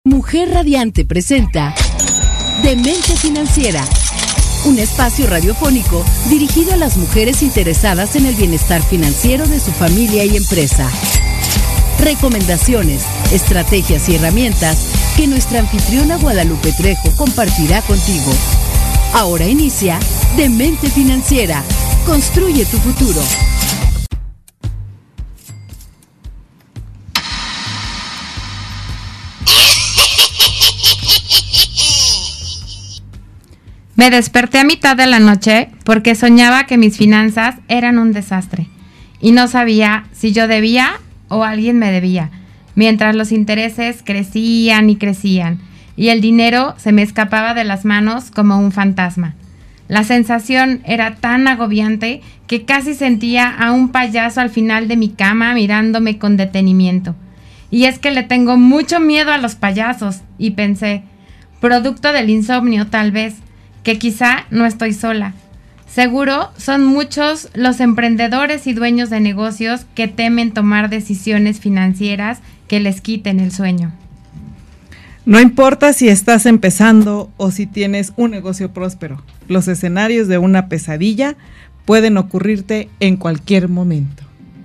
Mujer Radiante presenta Demente Financiera, un espacio radiofónico dirigido a las mujeres interesadas en el bienestar financiero de su familia y empresa. Recomendaciones, estrategias y herramientas que nuestra anfitriona Guadalupe Trejo compartirá contigo. Ahora inicia Demente Financiera. Construye tu futuro. Me desperté a mitad de la noche porque soñaba que mis finanzas eran un desastre y no sabía si yo debía o alguien me debía, mientras los intereses crecían y crecían y el dinero se me escapaba de las manos como un fantasma. La sensación era tan agobiante que casi sentía a un payaso al final de mi cama mirándome con detenimiento. Y es que le tengo mucho miedo a los payasos y pensé, producto del insomnio tal vez, que quizá no estoy sola. Seguro son muchos los emprendedores y dueños de negocios que temen tomar decisiones financieras que les quiten el sueño. No importa si estás empezando o si tienes un negocio próspero, los escenarios de una pesadilla pueden ocurrirte en cualquier momento.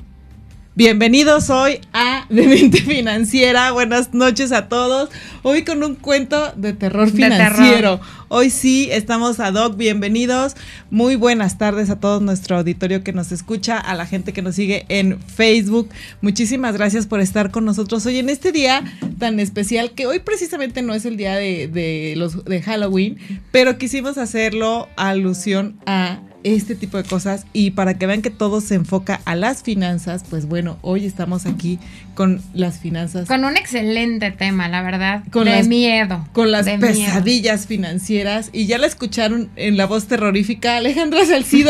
Bienvenidos hoy a Demente Financiera. Buenas noches a todos. Hoy con un cuento de terror financiero. Hoy sí estamos ad hoc. Bienvenidos. Muy buenas tardes a todo nuestro auditorio que nos escucha, a la gente que nos sigue en Facebook. Muchísimas gracias por estar con nosotros hoy en este día tan especial, que hoy precisamente no es el día de Halloween, pero quisimos hacerlo alusión a este tipo de cosas y para que vean que todo se enfoca a las finanzas. Pues bueno, hoy estamos aquí con las finanzas. Con un excelente tema, la verdad, con miedo. Con las pesadillas financieras. Y ya la escucharon en la voz terrorífica, Alejandra Salcido.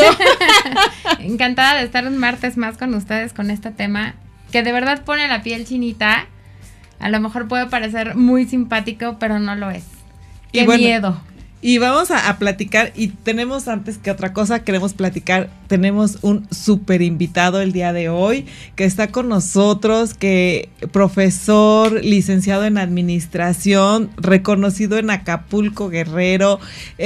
Encantada de estar un martes más con ustedes con este tema que de verdad pone la piel chinita. A lo mejor puede parecer muy simpático, pero no lo es. ¡Qué miedo! Y vamos a platicar, y tenemos, antes que otra cosa, queremos platicar, tenemos un súper invitado el día de hoy, que está con nosotros, que profesor, licenciado en administración, reconocido en Acapulco, Guerrero,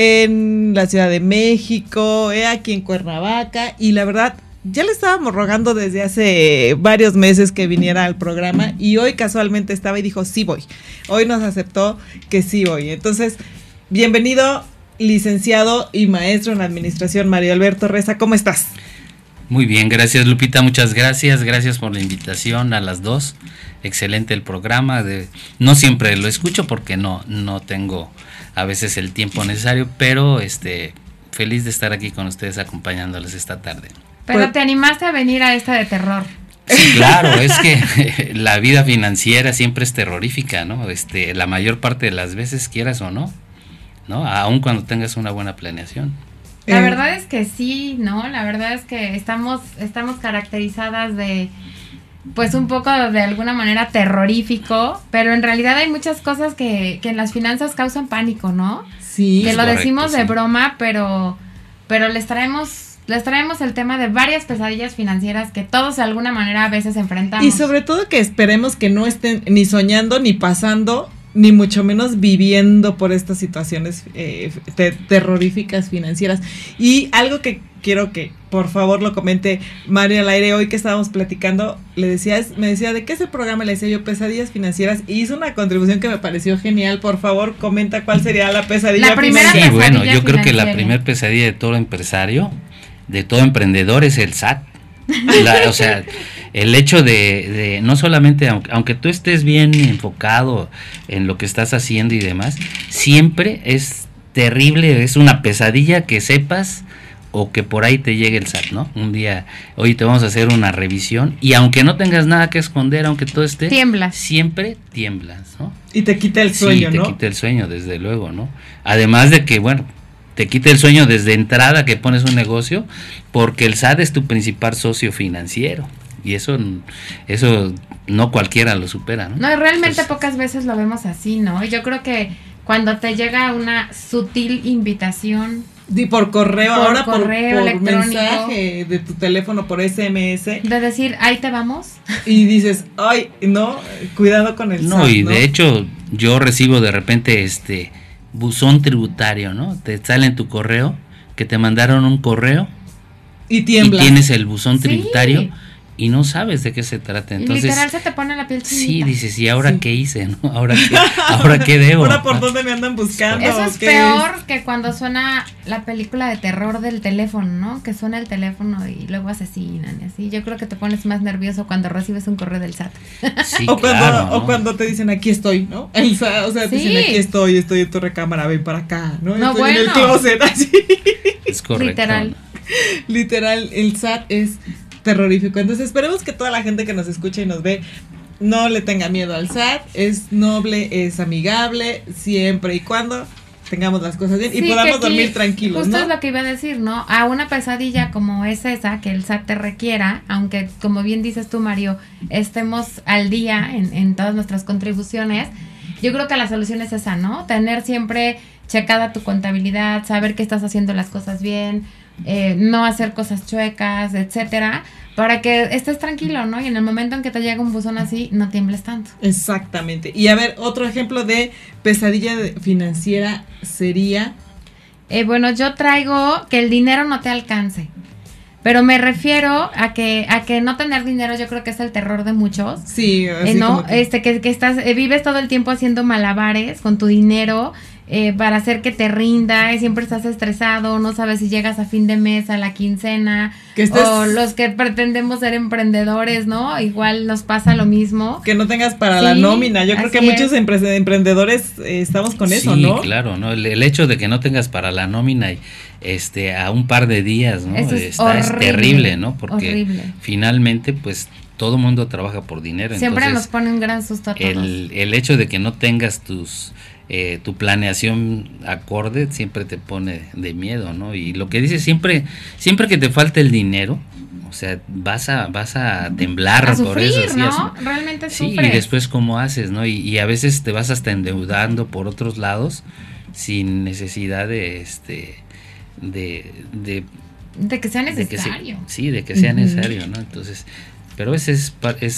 en la Ciudad de México, aquí en Cuernavaca, y la verdad, ya le estábamos rogando desde hace varios meses que viniera al programa, y hoy casualmente estaba y dijo, sí voy. Hoy nos aceptó que sí voy. Entonces, bienvenido, licenciado y maestro en administración, Mario Alberto Reza, ¿cómo estás? Muy bien, gracias Lupita, muchas gracias por la invitación a las dos. Excelente el programa, no siempre lo escucho porque no tengo a veces el tiempo necesario, pero feliz de estar aquí con ustedes acompañándoles esta tarde. Pero te animaste a venir a esta de terror. Sí, claro, es que la vida financiera siempre es terrorífica, ¿no? La mayor parte de las veces, quieras o no, aun cuando tengas una buena planeación. La verdad es que sí, ¿no? La verdad es que estamos caracterizadas de, pues un poco de alguna manera terrorífico, pero en realidad hay muchas cosas que en las finanzas causan pánico, ¿no? Sí. Que lo correcto, decimos de sí. broma, pero les traemos el tema de varias pesadillas financieras que todos de alguna manera a veces enfrentamos. Y sobre todo que esperemos que no estén ni soñando, ni pasando, ni mucho menos viviendo por estas situaciones terroríficas financieras. Y algo que quiero que por favor lo comente Mario al aire, hoy que estábamos platicando, me decía, ¿de qué es el programa? Le decía yo, pesadillas financieras, y hizo una contribución que me pareció genial. Por favor, comenta cuál sería la pesadilla financiera. Sí, bueno, yo creo que la primera pesadilla de todo empresario, de todo emprendedor, es el SAT. O sea, el hecho de no solamente, aunque tú estés bien enfocado en lo que estás haciendo y demás, siempre es terrible, es una pesadilla que sepas o que por ahí te llegue el SAT, ¿no? Un día, oye, te vamos a hacer una revisión, y aunque no tengas nada que esconder, aunque todo esté, tiemblas. Siempre tiemblas, ¿no? Y te quita el sueño, sí, ¿no? te quita el sueño, desde luego, ¿no? Además de que, bueno, te quita el sueño desde entrada que pones un negocio, porque el SAT es tu principal socio financiero, y eso no cualquiera lo supera, ¿no? No, realmente pocas veces lo vemos así, ¿no? Y yo creo que cuando te llega una sutil invitación por correo, ahora por mensaje de tu teléfono, por SMS, de decir, ahí te vamos, y dices, ay, no, cuidado con el SAT, y de hecho yo recibo de repente buzón tributario, ¿no? Te sale en tu correo que te mandaron un correo y tiembla. Y tienes el buzón Sí. tributario y no sabes de qué se trata. Entonces, y literal se te pone la piel chinita. Sí, dices, ¿y ahora qué hice? ¿No? ¿Ahora qué debo? ¿Ahora por dónde me andan buscando? Eso es peor que cuando suena la película de terror del teléfono, ¿no? Que suena el teléfono y luego asesinan y así. Yo creo que te pones más nervioso cuando recibes un correo del SAT. Sí, o claro, cuando te dicen, aquí estoy, ¿no? O sea, te dicen, aquí estoy en tu recámara, ven para acá, ¿no? No, estoy en el closet, así. Es correcto. Literal, el SAT es terrorífico. Entonces esperemos que toda la gente que nos escucha y nos ve no le tenga miedo al SAT. Es noble, es amigable, siempre y cuando tengamos las cosas bien y podamos dormir tranquilos, justo ¿no? es lo que iba a decir, ¿no? A una pesadilla como es esa, que el SAT te requiera, aunque como bien dices tú, Mario, estemos al día en todas nuestras contribuciones, yo creo que la solución es esa, ¿no? Tener siempre checada tu contabilidad, saber que estás haciendo las cosas bien, no hacer cosas chuecas, etcétera, para que estés tranquilo, ¿no? Y en el momento en que te llega un buzón así, no tiembles tanto. Exactamente. Y a ver, otro ejemplo de pesadilla financiera sería... Bueno, yo traigo que el dinero no te alcance. Pero me refiero a que no tener dinero, yo creo que es el terror de muchos. Sí, así ¿no? como que Estás, vives todo el tiempo haciendo malabares con tu dinero para hacer que te rinda, y siempre estás estresado, no sabes si llegas a fin de mes, a la quincena, o los que pretendemos ser emprendedores, ¿no? Igual nos pasa lo mismo. Que no tengas para Sí, la nómina. Yo creo que muchos emprendedores estamos con eso, ¿no? Sí, claro, ¿no? El hecho de que no tengas para la nómina y a un par de días, ¿no? Eso es horrible, terrible, ¿no? Porque horrible. Finalmente, pues, todo mundo trabaja por dinero. Siempre entonces, nos pone un gran susto a todos. El hecho de que no tengas tu planeación acorde siempre te pone de miedo, ¿no? Y lo que dices, siempre que te falte el dinero, o sea, vas a temblar a sufrir, por eso, sí, ¿no? Realmente sí, sufres. y después cómo haces, ¿no? Y a veces te vas hasta endeudando por otros lados sin necesidad de que sea necesario. De que sea necesario, ¿no? Entonces, pero ese es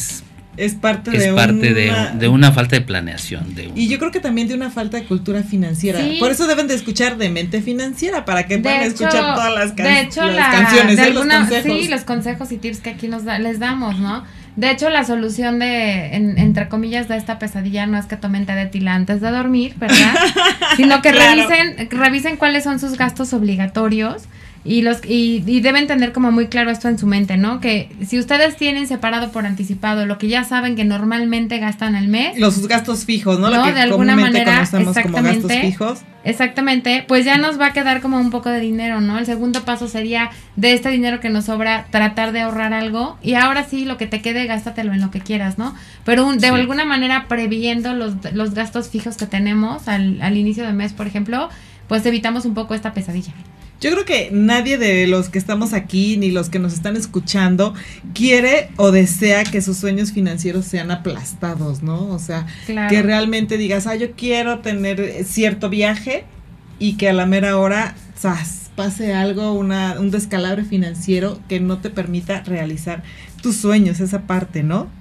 parte de una falta de planeación. Y yo creo que también de una falta de cultura financiera. Sí. Por eso deben de escuchar de Mente Financiera, para que puedan escuchar todas las canciones. Los consejos. Sí, los consejos y tips que aquí les damos, ¿no? De hecho, la solución entre comillas, de esta pesadilla no es que tomen té de tila antes de dormir, ¿verdad? Sino que revisen cuáles son sus gastos obligatorios. Y deben tener como muy claro esto en su mente, ¿no? Que si ustedes tienen separado por anticipado lo que ya saben que normalmente gastan al mes, los gastos fijos, ¿no? Lo que de alguna manera, conocemos como gastos fijos. Exactamente, pues ya nos va a quedar como un poco de dinero, ¿no? El segundo paso sería, de este dinero que nos sobra, tratar de ahorrar algo, y ahora sí, lo que te quede, gástatelo en lo que quieras, ¿no? Pero de alguna manera, previendo los gastos fijos que tenemos al inicio de mes, por ejemplo, pues evitamos un poco esta pesadilla. Yo creo que nadie de los que estamos aquí, ni los que nos están escuchando, quiere o desea que sus sueños financieros sean aplastados, ¿no? O sea, claro, que realmente digas, yo quiero tener cierto viaje, y que a la mera hora pase algo, un descalabro financiero que no te permita realizar tus sueños, esa parte, ¿no?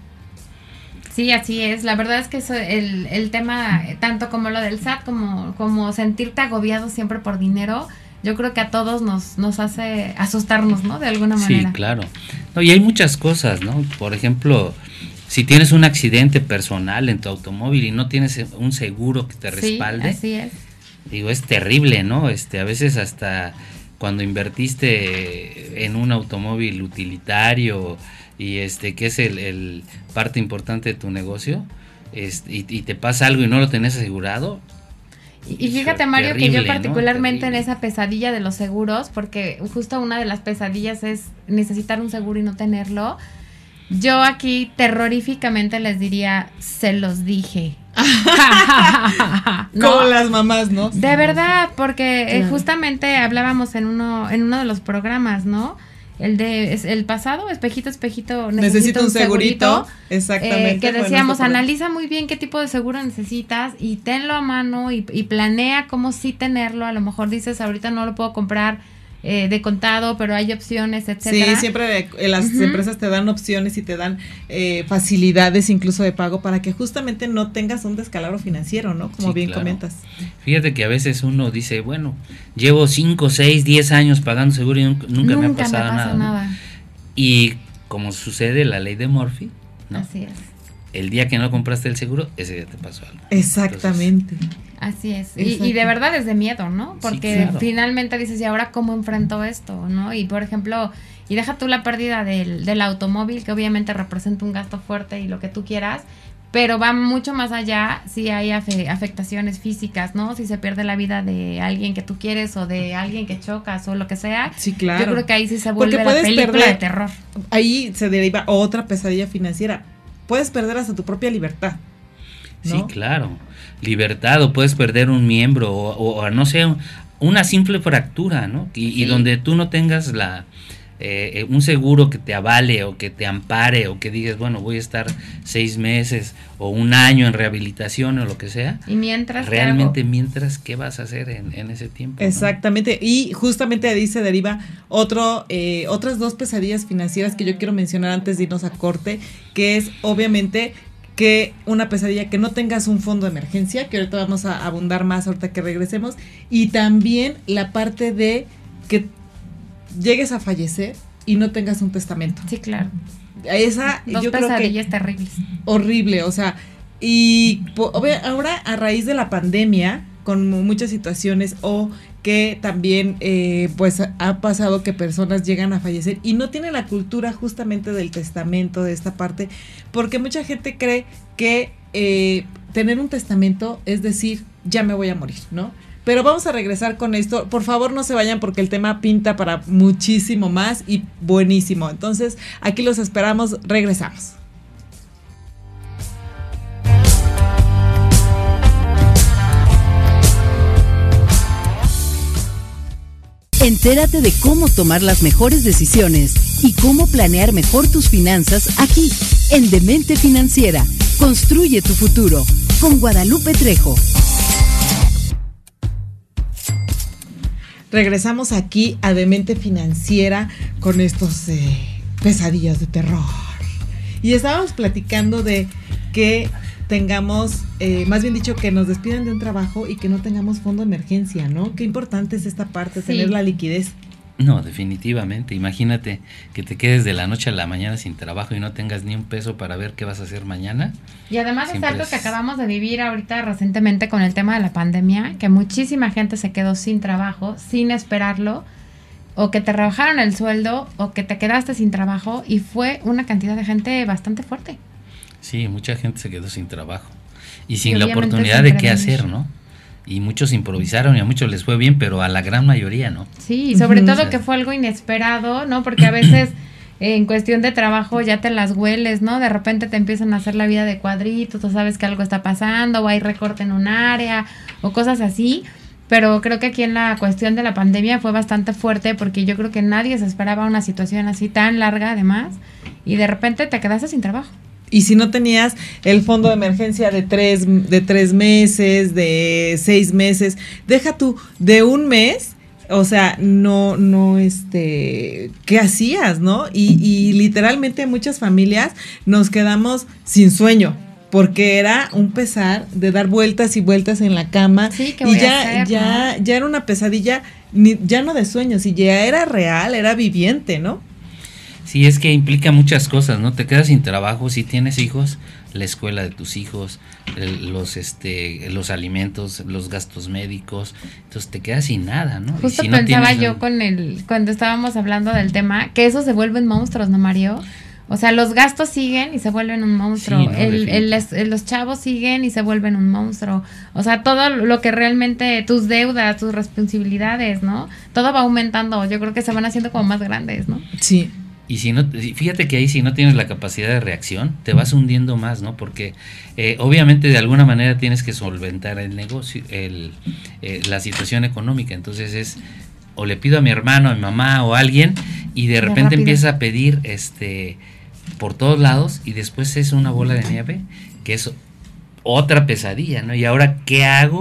Sí, así es. La verdad es que eso, el tema, tanto como lo del SAT, como sentirte agobiado siempre por dinero, yo creo que a todos nos hace asustarnos, ¿no? De alguna manera. Sí, claro. No, y hay muchas cosas, ¿no? Por ejemplo, si tienes un accidente personal en tu automóvil y no tienes un seguro que te respalde. Sí, así es. Digo, es terrible, ¿no? A veces hasta cuando invertiste en un automóvil utilitario y que es el parte importante de tu negocio, y te pasa algo y no lo tenés asegurado. Y fíjate, Mario, terrible, que yo particularmente, ¿no? En esa pesadilla de los seguros, porque justo una de las pesadillas es necesitar un seguro y no tenerlo, yo aquí terroríficamente les diría, se los dije. ¿No? Como las mamás, ¿no? De verdad, porque claro, justamente hablábamos en uno de los programas, ¿no? El pasado, espejito, necesito un segurito. Exactamente. Que decíamos, analiza muy bien qué tipo de seguro necesitas y tenlo a mano y planea cómo sí tenerlo. A lo mejor dices, ahorita no lo puedo comprar de contado, pero hay opciones, etcétera. Sí, siempre las empresas te dan opciones y te dan facilidades incluso de pago para que justamente no tengas un descalabro financiero, ¿no? Como bien comentas. Fíjate que a veces uno dice, bueno, llevo 5, 6, 10 años pagando seguro y nunca me ha pasado nada. ¿No? Y como sucede la ley de Murphy, ¿no? Así es. El día que no compraste el seguro, ese día te pasó algo. Exactamente. Entonces, así es. Y de verdad es de miedo, ¿no? Porque finalmente dices, ¿y ahora cómo enfrento esto? ¿No? Y por ejemplo, y deja tú la pérdida del automóvil, que obviamente representa un gasto fuerte y lo que tú quieras, pero va mucho más allá si hay afectaciones físicas, ¿no? Si se pierde la vida de alguien que tú quieres o de alguien que chocas o lo que sea. Sí, claro. Yo creo que ahí sí se vuelve la película de terror. Ahí se deriva otra pesadilla financiera. Puedes perder hasta tu propia libertad, ¿no? Sí, claro. Libertad, o puedes perder un miembro o no sé, una simple fractura, ¿no? Y donde tú no tengas un seguro que te avale o que te ampare o que digas, bueno, voy a estar 6 meses o un año en rehabilitación o lo que sea. Y mientras realmente, ¿qué vas a hacer en ese tiempo? Exactamente, ¿no? Y justamente de ahí se deriva otras 2 pesadillas financieras que yo quiero mencionar antes de irnos a corte, que es obviamente que una pesadilla que no tengas un fondo de emergencia, que ahorita vamos a abundar más ahorita que regresemos, y también la parte de que llegues a fallecer y no tengas un testamento. Sí, claro. Esa, dos yo pesadillas creo que terribles. Horrible, o sea, y ahora a raíz de la pandemia, con muchas situaciones o que también pues ha pasado que personas llegan a fallecer y no tienen la cultura justamente del testamento, de esta parte, porque mucha gente cree que tener un testamento es decir, ya me voy a morir, ¿no? Pero vamos a regresar con esto. Por favor, no se vayan porque el tema pinta para muchísimo más y buenísimo. Entonces, aquí los esperamos. Regresamos. Entérate de cómo tomar las mejores decisiones y cómo planear mejor tus finanzas aquí, en Demente Financiera. Construye tu futuro, con Guadalupe Trejo. Regresamos aquí a Demente Financiera con estos pesadillas de terror. Y estábamos platicando de que tengamos, más bien dicho, que nos despidan de un trabajo y que no tengamos fondo de emergencia, ¿no? Qué importante es esta parte, tener la liquidez. No, definitivamente. Imagínate que te quedes de la noche a la mañana sin trabajo y no tengas ni un peso para ver qué vas a hacer mañana. Y además es algo que acabamos de vivir ahorita recientemente con el tema de la pandemia, que muchísima gente se quedó sin trabajo, sin esperarlo, o que te rebajaron el sueldo, o que te quedaste sin trabajo, y fue una cantidad de gente bastante fuerte. Sí, mucha gente se quedó sin trabajo y sin la oportunidad de qué hacer, ¿no? Y muchos improvisaron y a muchos les fue bien, pero a la gran mayoría no. Sí, sobre todo que fue algo inesperado, ¿no? Porque a veces en cuestión de trabajo ya te las hueles, ¿no? De repente te empiezan a hacer la vida de cuadritos, tú sabes que algo está pasando, o hay recorte en un área, o cosas así. Pero creo que aquí en la cuestión de la pandemia fue bastante fuerte, porque yo creo que nadie se esperaba una situación así tan larga además, y de repente te quedaste sin trabajo. Y si no tenías el fondo de emergencia de 3 meses, de 6 meses, deja tú, de un mes, o sea, ¿qué hacías, no? Y literalmente muchas familias nos quedamos sin sueño, porque era un pesar de dar vueltas y vueltas en la cama. Sí, ¿qué y voy a hacer, ya era una pesadilla, ya no de sueños, y ya era real, era viviente, ¿no? Sí, es que implica muchas cosas, ¿no? Te quedas sin trabajo, si tienes hijos, la escuela de tus hijos, los alimentos, los gastos médicos, entonces te quedas sin nada, ¿no? Justo si pensaba yo cuando estábamos hablando del tema, que esos se vuelven monstruos, ¿no, Mario? O sea, los gastos siguen y se vuelven un monstruo. Sí, los chavos siguen y se vuelven un monstruo. O sea, todo lo que realmente, tus deudas, tus responsabilidades, ¿no? Todo va aumentando. Yo creo que se van haciendo como más grandes, ¿no? Sí. Y fíjate que ahí si no tienes la capacidad de reacción, te vas hundiendo más, ¿no? Porque obviamente de alguna manera tienes que solventar el negocio, la situación económica. Entonces es, o le pido a mi hermano, a mi mamá o a alguien, y de repente empieza a pedir por todos lados, y después es una bola de nieve, que es otra pesadilla, ¿no? Y ahora, ¿qué hago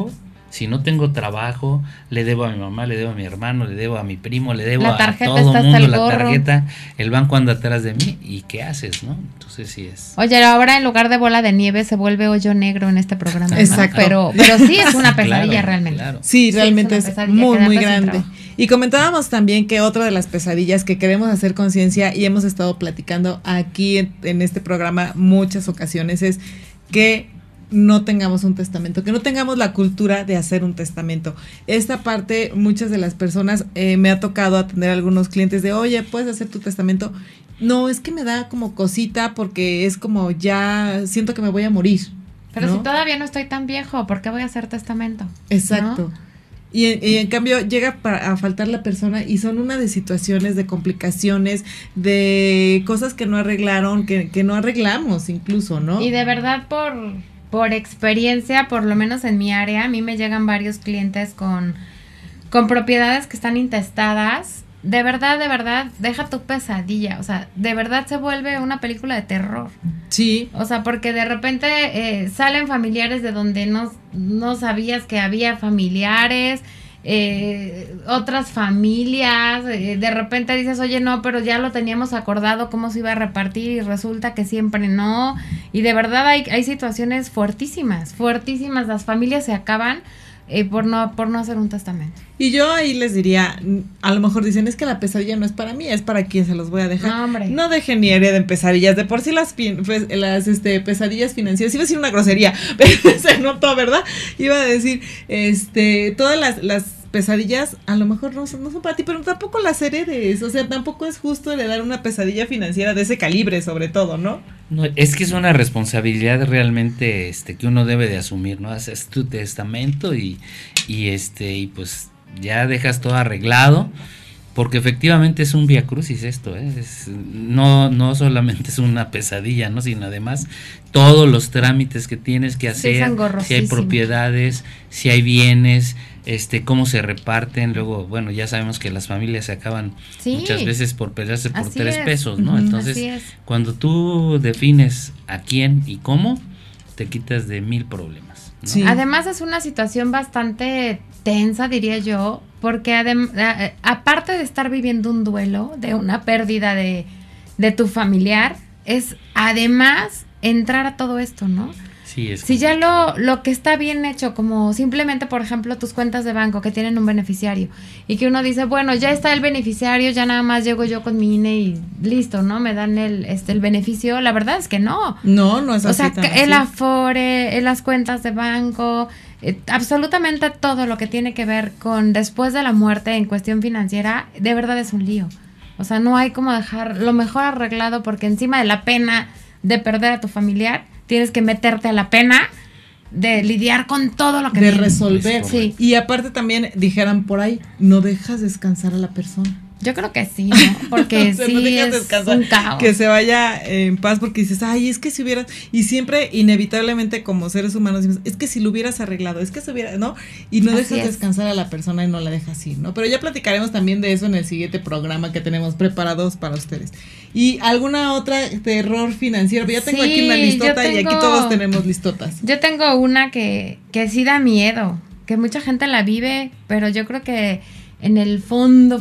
Si no tengo trabajo, le debo a mi mamá, le debo a mi hermano, le debo a mi primo, le debo a todo el mundo la tarjeta, el banco anda atrás de mí, ¿y qué haces, no? Entonces sí es. Oye, ahora en lugar de bola de nieve se vuelve hoyo negro en este programa, ¿no? Exacto. Pero sí es una pesadilla, claro, realmente. Claro. Sí, realmente es muy, muy grande. Y comentábamos también que otra de las pesadillas que queremos hacer conciencia y hemos estado platicando aquí en este programa muchas ocasiones es que no tengamos un testamento, que no tengamos la cultura de hacer un testamento. Esta parte, muchas de las personas, me ha tocado atender a algunos clientes de, oye, ¿puedes hacer tu testamento? No, es que me da como cosita porque es como ya siento que me voy a morir. Pero ¿no? Si todavía no estoy tan viejo, ¿por qué voy a hacer testamento? Exacto. ¿No? Y en cambio llega a faltar la persona y son una de situaciones, de complicaciones, de cosas que no arreglaron, que no arreglamos incluso, ¿no? Y de verdad por experiencia, por lo menos en mi área, a mí me llegan varios clientes con propiedades que están intestadas. De verdad, deja tu pesadilla. O sea, de verdad se vuelve una película de terror. Sí. O sea, porque de repente salen familiares de donde no sabías que había familiares, otras familias, de repente dices, oye, no, pero ya lo teníamos acordado cómo se iba a repartir y resulta que siempre no. Y de verdad hay situaciones fuertísimas, las familias se acaban por no hacer un testamento. Y yo ahí les diría, a lo mejor dicen, es que la pesadilla no es para mí, es para quien se los voy a dejar. No, hombre. No dejen ni hereden pesadillas, de por sí las pesadillas financieras, iba a decir una grosería, pero se notó, ¿verdad? Iba a decir, todas las pesadillas a lo mejor no son para ti, pero tampoco las heredes, o sea, tampoco es justo heredar una pesadilla financiera de ese calibre, sobre todo, ¿no? No, es que es una responsabilidad realmente que uno debe de asumir, ¿no? Haces tu testamento y pues ya dejas todo arreglado, porque efectivamente es un viacrucis esto, no solamente es una pesadilla, ¿no? Sino además todos los trámites que tienes que hacer, si hay propiedades, si hay bienes, cómo se reparten. Luego, bueno, ya sabemos que las familias se acaban muchas veces por pelearse por 3 pesos, ¿no? Entonces, cuando tú defines a quién y cómo, te quitas de 1000 problemas, ¿no? Sí. Además es una situación bastante tensa, diría yo, porque aparte de estar viviendo un duelo de una pérdida de tu familiar, es además entrar a todo esto, ¿no? Sí, es si ya lo que está bien hecho, como simplemente, por ejemplo, tus cuentas de banco que tienen un beneficiario y que uno dice, bueno, ya está el beneficiario, ya nada más llego yo con mi INE y listo, ¿no? Me dan el beneficio. La verdad es que no. No es así. O sea, el Afore, las cuentas de banco, absolutamente todo lo que tiene que ver con después de la muerte en cuestión financiera, de verdad es un lío. O sea, no hay como dejar lo mejor arreglado, porque encima de la pena de perder a tu familiar, tienes que meterte a la pena de lidiar con todo lo que de resolver. Sí. Y aparte también dijeran por ahí, no dejas descansar a la persona. Yo creo que sí, ¿no? Porque o sea, sí no dejas es descansar, un caos. que se vaya en paz, porque dices, ay, es que si hubieras, y siempre inevitablemente como seres humanos decimos, es que si lo hubieras arreglado, es que se hubiera, ¿no? Y no dejas descansar a la persona y no la dejas ir, ¿no? Pero ya platicaremos también de eso en el siguiente programa que tenemos preparados para ustedes. ¿Y alguna otra terror financiero? Ya tengo aquí una listota y aquí todos tenemos listotas. Yo tengo una que sí da miedo, que mucha gente la vive, pero yo creo que en el fondo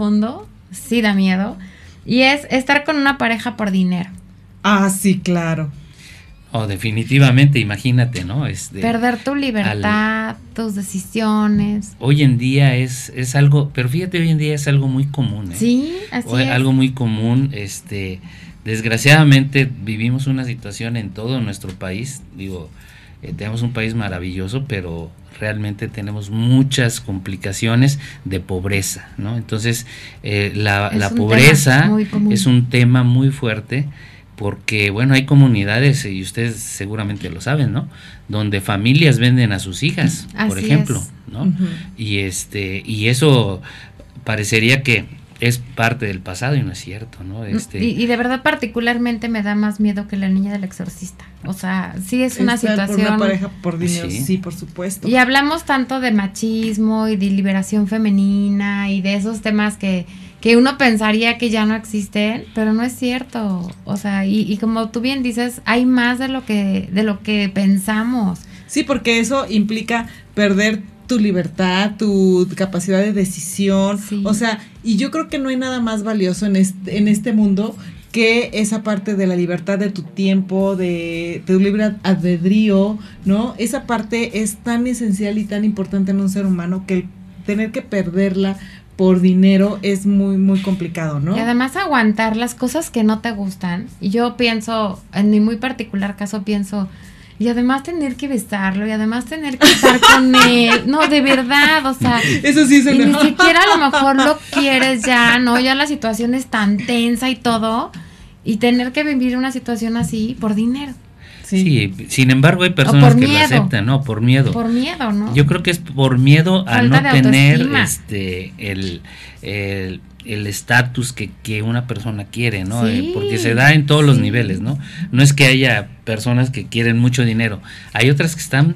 sí da miedo, y es estar con una pareja por dinero. Ah, sí, claro. Definitivamente, imagínate, ¿no? Perder tu libertad, tus decisiones. Hoy en día es algo, pero fíjate, hoy en día es algo muy común, Sí, así es. Algo muy común, desgraciadamente vivimos una situación en todo nuestro país, tenemos un país maravilloso, pero realmente tenemos muchas complicaciones de pobreza, ¿no? Entonces, la pobreza es un tema muy fuerte, porque, bueno, hay comunidades, y ustedes seguramente lo saben, ¿no? Donde familias venden a sus hijas, por ejemplo, ¿no? Uh-huh. Y eso parecería que es parte del pasado y no es cierto, ¿no? Y de verdad particularmente me da más miedo que La Niña del Exorcista. O sea, sí es una situación... Por una pareja por dinero, sí, por supuesto. Y hablamos tanto de machismo y de liberación femenina y de esos temas que uno pensaría que ya no existen, pero no es cierto. O sea, y como tú bien dices, hay más de lo que pensamos. Sí, porque eso implica perder tu libertad, tu capacidad de decisión, Sí. o sea, y yo creo que no hay nada más valioso en este mundo que esa parte de la libertad de tu tiempo, de tu libre albedrío, ¿no? Esa parte es tan esencial y tan importante en un ser humano que el tener que perderla por dinero es muy, muy complicado, ¿no? Y además aguantar las cosas que no te gustan. Y yo pienso, en mi muy particular caso, y además tener que besarlo, y además tener que estar con él. No, de verdad, o sea. Eso sí se y ni siquiera a lo mejor lo quieres ya, ¿no? Ya la situación es tan tensa y todo. Y tener que vivir una situación así por dinero. Sí, sin embargo hay personas que lo aceptan, ¿no? Por miedo. Por miedo, ¿no? Yo creo que es por miedo a no tener el estatus que una persona quiere, ¿no? Sí, porque se da en todos los sí. niveles, ¿no? No es que haya personas que quieren mucho dinero, hay otras que están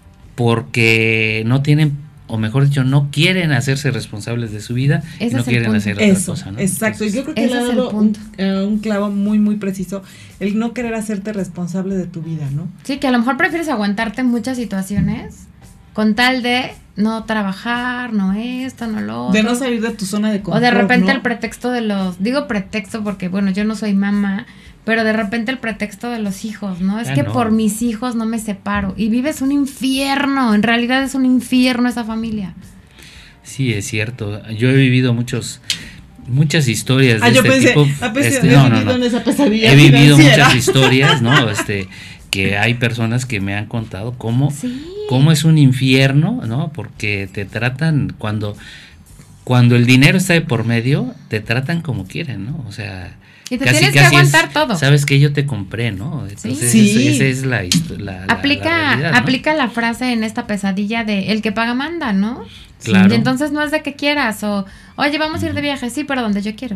porque no tienen, o mejor dicho, no quieren hacerse responsables de su vida, y no quieren hacer otra cosa, ¿no? Exacto, Entonces, yo creo que le ha dado un clavo muy, muy preciso, el no querer hacerte responsable de tu vida, ¿no? Sí, que a lo mejor prefieres aguantarte en muchas situaciones con tal de no trabajar, no esto, no lo otro. De no salir de tu zona de confort, o de repente, ¿no? el pretexto de digo pretexto porque, bueno, yo no soy mamá, pero de repente el pretexto de los hijos, ¿no? Es que no. por mis hijos no me separo. Y vives un infierno, en realidad es un infierno esa familia. Sí, es cierto. Yo he vivido muchas historias de yo este pensé, tipo. vivido en esa pesadilla He vivido financiera. muchas historias, ¿no? Que hay personas que me han contado cómo Sí. es un infierno, ¿no? Porque te tratan cuando el dinero está de por medio, te tratan como quieren, ¿no? O sea, Y te tienes que aguantar todo. Sabes que yo te compré, ¿no? Entonces, Sí. esa es la realidad, ¿no? Aplica la frase en esta pesadilla de el que paga manda, ¿no? Claro. Y entonces no es de que quieras, o oye, vamos a ir de viaje, sí, pero donde yo quiero.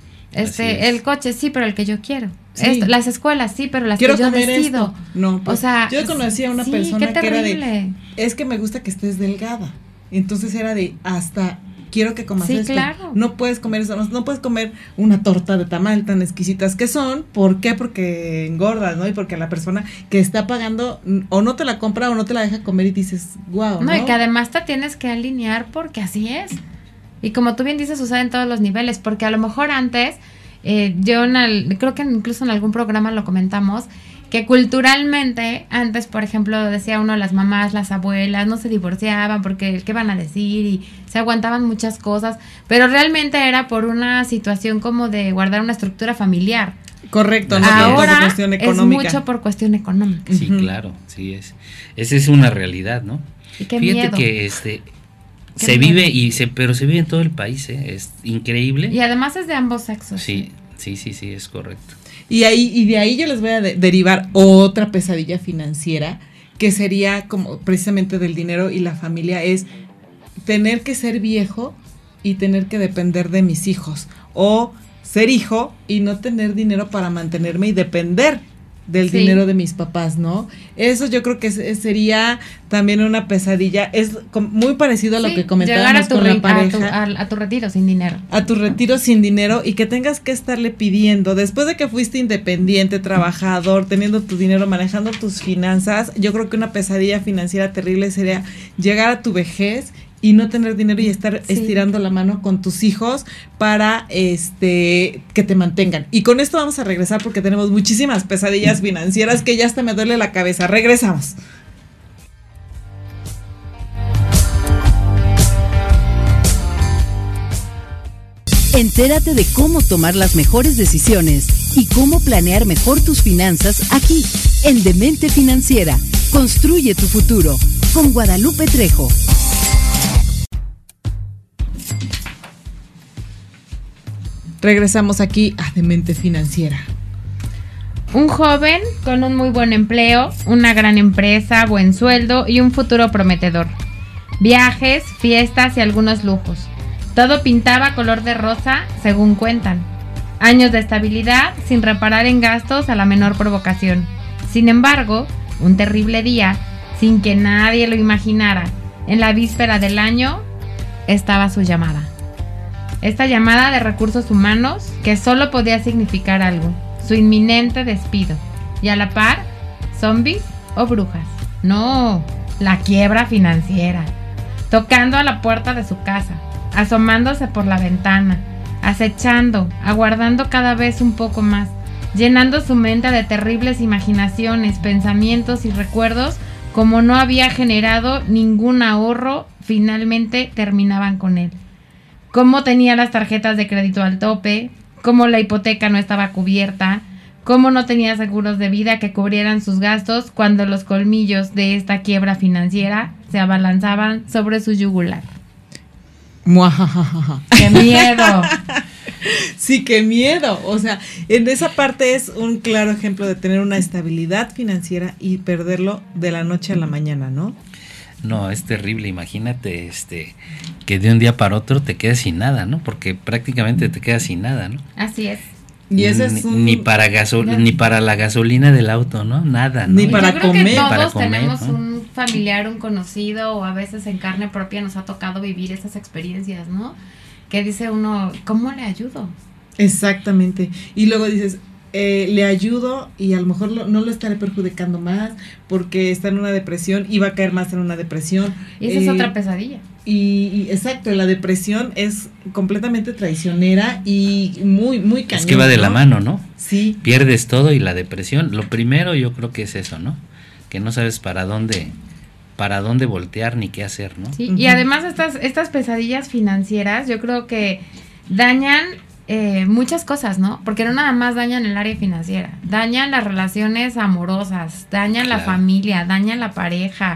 El coche, sí, pero el que yo quiero. Sí. Las escuelas, sí, pero las Quiero que yo comer decido. esto. No, pues, o sea, yo conocí a una persona qué que era de, terrible. es que me gusta que estés delgada. Entonces era de, hasta quiero que comas Sí, esto. claro. No puedes comer eso, no puedes comer una torta de tamal tan exquisitas que son. ¿Por qué? Porque engordas, ¿no? Y porque la persona que está pagando o no te la compra o no te la deja comer y dices, wow, No, y que además te tienes que alinear porque así es. Y como tú bien dices, sucede en todos los niveles, porque a lo mejor antes, creo que incluso en algún programa lo comentamos, que culturalmente, antes, por ejemplo, decía uno, las mamás, las abuelas, no se divorciaban porque qué van a decir y se aguantaban muchas cosas, pero realmente era por una situación como de guardar una estructura familiar. Correcto, no ahora por cuestión económica. es mucho por cuestión económica. Sí, claro, sí es. Esa es una realidad, ¿no? Y qué Fíjate miedo. que se miedo. vive pero se vive en todo el país, es increíble. Y además es de ambos sexos. Sí, es correcto. Y de ahí yo les voy a derivar otra pesadilla financiera, que sería como precisamente del dinero y la familia, es tener que ser viejo y tener que depender de mis hijos, o ser hijo y no tener dinero para mantenerme y depender del dinero de mis papás, ¿no? Eso yo creo que sería también una pesadilla, es muy parecido a lo que comentábamos con la pareja. A tu retiro sin dinero. A tu retiro sin dinero y que tengas que estarle pidiendo, después de que fuiste independiente, trabajador, teniendo tu dinero, manejando tus finanzas, yo creo que una pesadilla financiera terrible sería llegar a tu vejez y no tener dinero y estar estirando la mano con tus hijos para que te mantengan. Y con esto vamos a regresar porque tenemos muchísimas pesadillas financieras que ya hasta me duele la cabeza. Regresamos. Entérate de cómo tomar las mejores decisiones y cómo planear mejor tus finanzas aquí, en Demente Financiera. Construye tu futuro, con Guadalupe Trejo. Regresamos aquí a Demente Financiera. Un joven con un muy buen empleo, una gran empresa, buen sueldo y un futuro prometedor. Viajes, fiestas y algunos lujos. Todo pintaba color de rosa, según cuentan. Años de estabilidad sin reparar en gastos a la menor provocación. Sin embargo, un terrible día, sin que nadie lo imaginara, en la víspera del año, estaba su llamada. Esta llamada de recursos humanos que solo podía significar algo, su inminente despido. Y a la par, zombies o brujas. No, la quiebra financiera. tocando a la puerta de su casa, asomándose por la ventana, acechando, aguardando cada vez un poco más, llenando su mente de terribles imaginaciones, pensamientos y recuerdos. Como no había generado ningún ahorro, finalmente terminaban con él. Cómo tenía las tarjetas de crédito al tope, cómo la hipoteca no estaba cubierta, cómo no tenía seguros de vida que cubrieran sus gastos cuando los colmillos de esta quiebra financiera se abalanzaban sobre su yugular. ¡Qué miedo! Sí, qué miedo. O sea, en esa parte es un claro ejemplo de tener una estabilidad financiera y perderlo de la noche a la mañana, ¿no? No, es terrible. Imagínate que de un día para otro te quedas sin nada, ¿no? Porque prácticamente te quedas sin nada, ¿no? Así es. Y ese es ni para la gasolina del auto, ¿no? Nada, ¿no? Ni para comer. Todos tenemos un familiar, un conocido, o a veces en carne propia nos ha tocado vivir esas experiencias, ¿no? Que dice uno, ¿cómo le ayudo? Exactamente. Y luego dices, le ayudo y a lo mejor no lo estaré perjudicando más porque está en una depresión y va a caer más en una depresión. Y esa es otra pesadilla. Y exacto, la depresión es completamente traicionera y muy, muy cañón. Es que va de la mano, ¿no? Sí. Pierdes todo y la depresión. Lo primero yo creo que es eso, ¿no? Que no sabes para dónde voltear ni qué hacer, ¿no? Sí, y además estas pesadillas financieras yo creo que dañan muchas cosas, ¿no? Porque no nada más dañan el área financiera, dañan las relaciones amorosas, dañan la familia, dañan la pareja,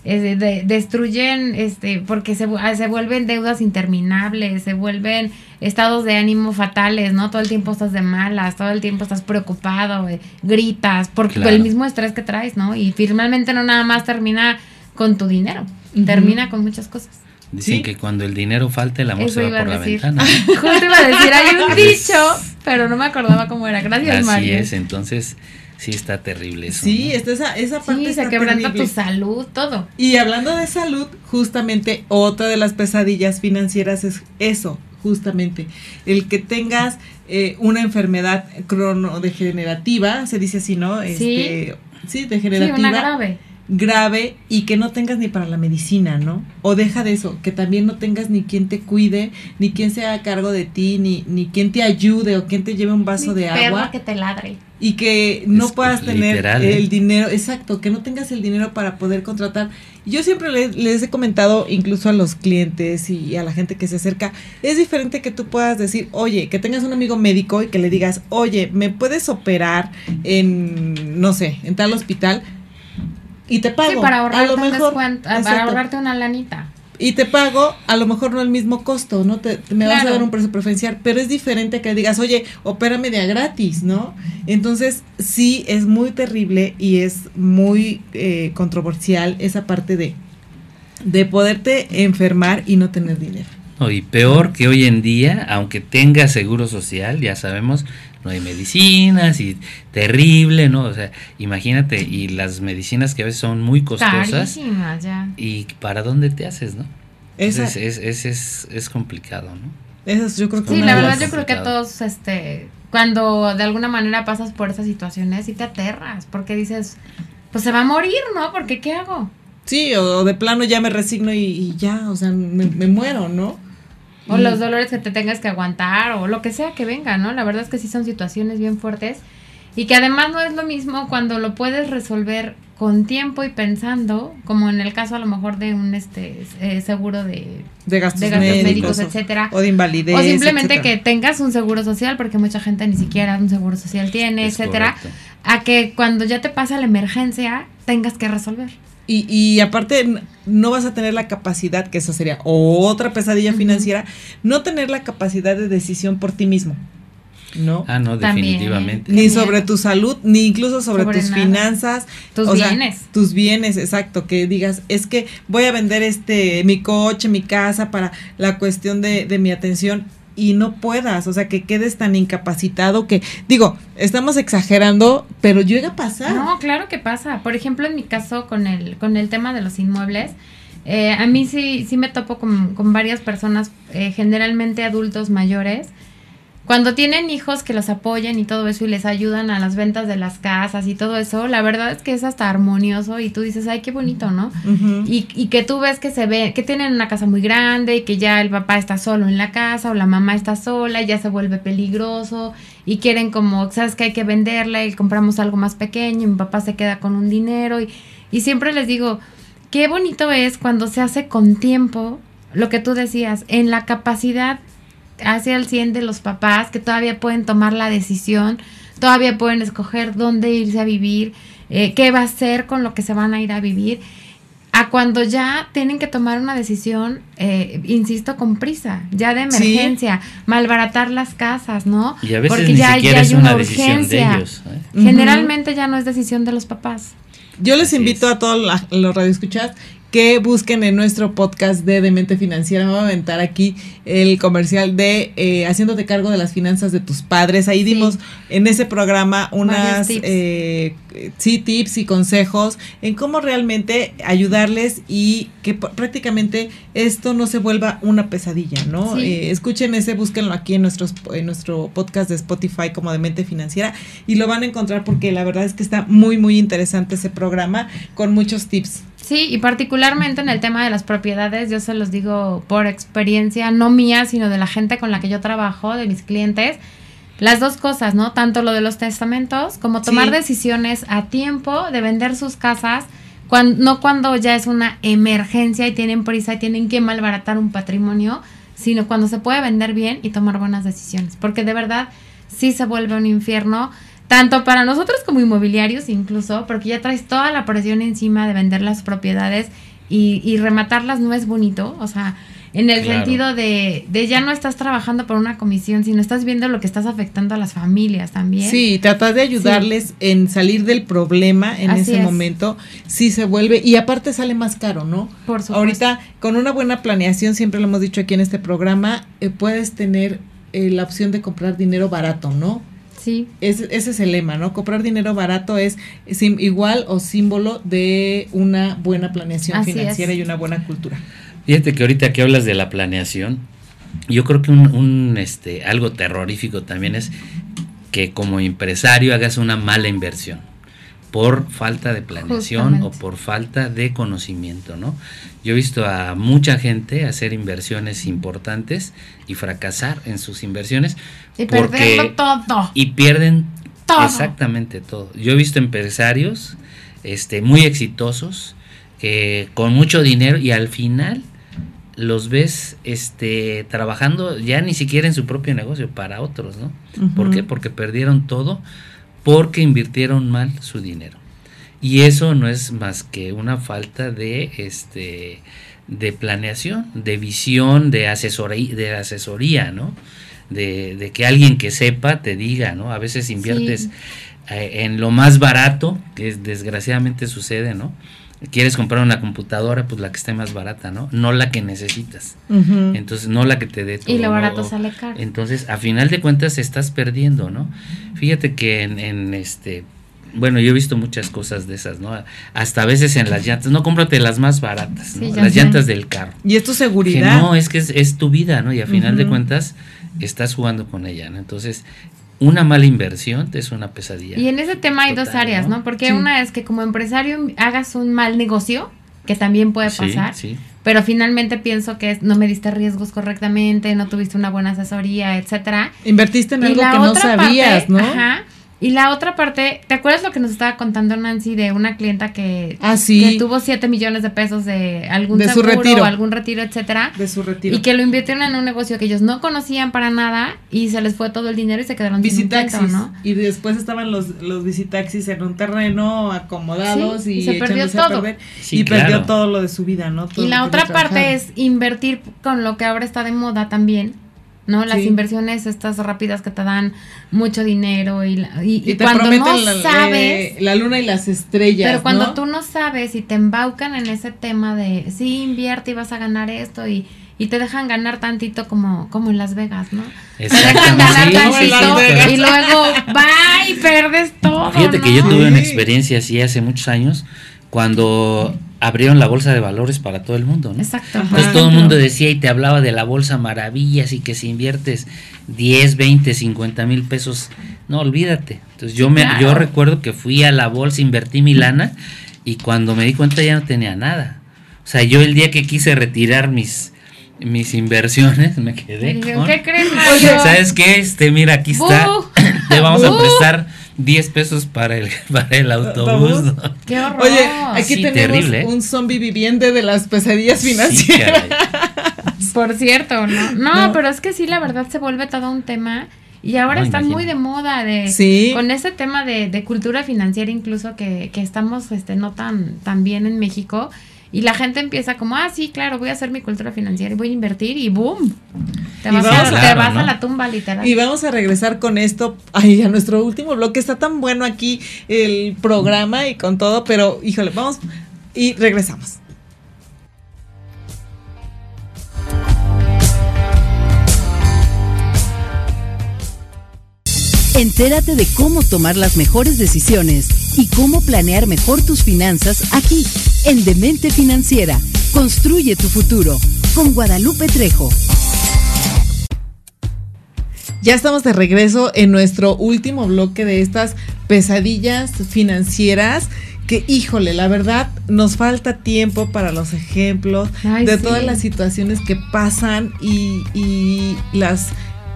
destruyen, porque se vuelven deudas interminables, se vuelven estados de ánimo fatales, ¿no? Todo el tiempo estás de malas, todo el tiempo estás preocupado, gritas, por el mismo estrés que traes, ¿no? Y finalmente no nada más termina con tu dinero, termina con muchas cosas. Dicen que cuando el dinero falta, el amor se va por la ventana. Justo iba a decir, hay un dicho, pero no me acordaba cómo era. Gracias, Mario. Así es, entonces sí está terrible eso. Sí, ¿no? esa parte sí, se quebranta tu salud, todo. Y hablando de salud, justamente otra de las pesadillas financieras es eso, justamente, el que tengas una enfermedad cronodegenerativa, se dice así, ¿no? Sí, degenerativa. Sí, una grave y que no tengas ni para la medicina, ¿no? O deja de eso, que también no tengas ni quien te cuide, ni quien se haga cargo de ti, ni quien te ayude o quien te lleve un vaso de agua. Que te ladre. Y que no puedas tener literal, el dinero, exacto, que no tengas el dinero para poder contratar. Yo siempre les he comentado, incluso a los clientes y a la gente que se acerca, es diferente que tú puedas decir, oye, que tengas un amigo médico y que le digas, oye, ¿me puedes operar en, no sé, en tal hospital? Y te pago. Sí, para ahorrarte a lo mejor, para ahorrarte una lanita. Y te pago, a lo mejor no el mismo costo, ¿no? Me vas a dar un precio preferencial, pero es diferente que digas, oye, opérame de a gratis, ¿no? Entonces, sí, es muy terrible y es muy controversial esa parte de poderte enfermar y no tener dinero. No, y peor que hoy en día, aunque tengas seguro social, ya sabemos, no hay medicinas y terrible, ¿no? O sea, imagínate, y las medicinas que a veces son muy costosas. Carísimas, ya. ¿Y para dónde te haces, no? Es complicado, ¿no? Eso yo creo que sí, la verdad yo creo que todos, cuando de alguna manera pasas por esas situaciones, sí te aterras, porque dices, pues se va a morir, ¿no? Porque ¿qué hago? Sí, o de plano ya me resigno y ya, o sea, me muero, ¿no? O los dolores que te tengas que aguantar, o lo que sea que venga, ¿no? La verdad es que sí son situaciones bien fuertes, y que además no es lo mismo cuando lo puedes resolver con tiempo y pensando, como en el caso a lo mejor de un seguro de gastos médicos, etcétera, o de invalidez, o simplemente etcétera. Que tengas un seguro social, porque mucha gente ni siquiera un seguro social tiene, etcétera, correcto. A que cuando ya te pasa la emergencia tengas que resolver. Y aparte no vas a tener la capacidad, que eso sería otra pesadilla financiera, no tener la capacidad de decisión por ti mismo, ¿no? Ah, no, definitivamente. Ni sobre tu salud, ni incluso sobre tus finanzas. Tus bienes. Tus bienes, exacto, que digas, es que voy a vender mi coche, mi casa para la cuestión de mi atención. Y no puedas, o sea, que quedes tan incapacitado que, digo, estamos exagerando, pero llega a pasar. No, claro que pasa. Por ejemplo, en mi caso con el tema de los inmuebles, a mí sí me topo con varias personas, generalmente adultos mayores, cuando tienen hijos que los apoyan y todo eso y les ayudan a las ventas de las casas y todo eso, la verdad es que es hasta armonioso y tú dices, ay, qué bonito, ¿no? Ujú. Y que tú ves que se ve, que tienen una casa muy grande y que ya el papá está solo en la casa o la mamá está sola y ya se vuelve peligroso y quieren como, sabes que hay que venderla y compramos algo más pequeño y mi papá se queda con un dinero y siempre les digo, qué bonito es cuando se hace con tiempo, lo que tú decías, en la capacidad hacia el 100 de los papás que todavía pueden tomar la decisión, todavía pueden escoger dónde irse a vivir, qué va a hacer con lo que se van a ir a vivir, a cuando ya tienen que tomar una decisión, insisto, con prisa, ya de emergencia, malbaratar las casas, ¿no? Y a veces porque ni ya siquiera hay es una decisión de ellos. Generalmente ya no es decisión de los papás. Yo les Así invito es. a todos los radioescuchas que busquen en nuestro podcast de Demente Financiera. Me voy a aventar aquí el comercial de Haciéndote cargo de las finanzas de tus padres. Ahí dimos en ese programa unas tips y consejos en cómo realmente ayudarles y que prácticamente esto no se vuelva una pesadilla, ¿no? Sí. Escuchen ese, búsquenlo aquí en nuestro podcast de Spotify como Demente Financiera y lo van a encontrar porque la verdad es que está muy, muy interesante ese programa con muchos tips. Sí, y particularmente en el tema de las propiedades, yo se los digo por experiencia, no mía, sino de la gente con la que yo trabajo, de mis clientes, las dos cosas, ¿no? Tanto lo de los testamentos, como tomar decisiones a tiempo de vender sus casas, no cuando ya es una emergencia y tienen prisa y tienen que malbaratar un patrimonio, sino cuando se puede vender bien y tomar buenas decisiones, porque de verdad sí se vuelve un infierno, tanto para nosotros como inmobiliarios incluso, porque ya traes toda la presión encima de vender las propiedades y rematarlas no es bonito, o sea, en el sentido de ya no estás trabajando por una comisión, sino estás viendo lo que estás afectando a las familias también. Sí, tratar de ayudarles en salir del problema en ese momento, sí se vuelve, y aparte sale más caro, ¿no? Por supuesto. Ahorita, con una buena planeación, siempre lo hemos dicho aquí en este programa, puedes tener la opción de comprar dinero barato, ¿no? Sí. Ese es el lema, ¿no? Comprar dinero barato es igual o símbolo de una buena planeación financiera y una buena cultura. Fíjate que ahorita que hablas de la planeación, yo creo que algo terrorífico también es que como empresario hagas una mala inversión por falta de planeación o por falta de conocimiento, ¿no? Yo he visto a mucha gente hacer inversiones importantes y fracasar en sus inversiones y perderlo todo. Y pierden todo. Exactamente todo. Yo he visto empresarios muy exitosos con mucho dinero y al final los ves trabajando ya ni siquiera en su propio negocio, para otros, ¿no? Uh-huh. ¿Por qué? Porque perdieron todo, porque invirtieron mal su dinero. Y eso no es más que una falta de planeación, de visión, de asesoría, ¿no? De que alguien que sepa te diga, ¿no? A veces inviertes en lo más barato, que desgraciadamente sucede, ¿no? Quieres comprar una computadora, pues la que esté más barata, ¿no? No la que necesitas. Uh-huh. Entonces, no la que te dé todo. Y lo barato sale caro. Entonces, a final de cuentas, estás perdiendo, ¿no? Fíjate que bueno, yo he visto muchas cosas de esas, ¿no? Hasta a veces en las llantas, no, cómprate las más baratas, ¿no? Las llantas del carro. Y es tu seguridad. Que no, es que es tu vida, ¿no? Y a final de cuentas, estás jugando con ella, ¿no? Entonces, una mala inversión es una pesadilla. Y en ese tema hay dos áreas, ¿no? Porque una es que como empresario hagas un mal negocio, que también puede pasar, pero finalmente pienso que no mediste riesgos correctamente, no tuviste una buena asesoría, etcétera. Invertiste en algo que no sabías, parte, ¿no? Ajá. Y la otra parte, ¿te acuerdas lo que nos estaba contando Nancy de una clienta que tuvo 7 millones de pesos de algún de seguro su retiro. O algún retiro, etcétera? De su retiro. Y que lo invirtieron en un negocio que ellos no conocían para nada y se les fue todo el dinero y se quedaron sin un peso, ¿no? Y después estaban los visitaxis en un terreno acomodados y se perdió todo. Perdió todo lo de su vida, ¿no? Todo y la otra parte es invertir con lo que ahora está de moda también, ¿no? Las inversiones estas rápidas que te dan mucho dinero y te cuando prometen no sabes la luna y las estrellas, pero cuando ¿no? tú no sabes y te embaucan en ese tema de invierte y vas a ganar esto y te dejan ganar tantito como en Las Vegas, ¿no? Te dejan ganar tantito y luego y perdes todo. Fíjate que yo tuve una experiencia así hace muchos años cuando abrieron la bolsa de valores para todo el mundo, ¿no? Exacto. Entonces todo el mundo decía y te hablaba de la bolsa maravillas y que si inviertes 10, 20, 50 mil pesos, no, olvídate. Entonces yo recuerdo que fui a la bolsa, invertí mi lana y cuando me di cuenta ya no tenía nada. O sea, yo el día que quise retirar mis inversiones me quedé con... ¿Qué crees, Oye, ¿sabes qué? Mira, aquí está. Te vamos a prestar 10 pesos para el autobús, ¿no? ¡Qué horror! Oye, aquí Sí, tenemos terrible, ¿eh? un zombie viviente de las pesadillas financieras. Sí, Por cierto, ¿no? No, pero es que sí, la verdad se vuelve todo un tema. Y ahora está muy de moda con ese tema de cultura financiera, incluso que estamos no tan bien en México. Y la gente empieza como, sí, claro, voy a hacer mi cultura financiera y voy a invertir y ¡boom! Te vas a la tumba, literal. Y vamos a regresar con esto a nuestro último bloque. Está tan bueno aquí el programa y con todo, pero híjole, vamos y regresamos. Entérate de cómo tomar las mejores decisiones y cómo planear mejor tus finanzas aquí, en Demente Financiera. Construye tu futuro, con Guadalupe Trejo. Ya estamos de regreso en nuestro último bloque de estas pesadillas financieras. Que, híjole, la verdad, nos falta tiempo para los ejemplos de todas las situaciones que pasan y las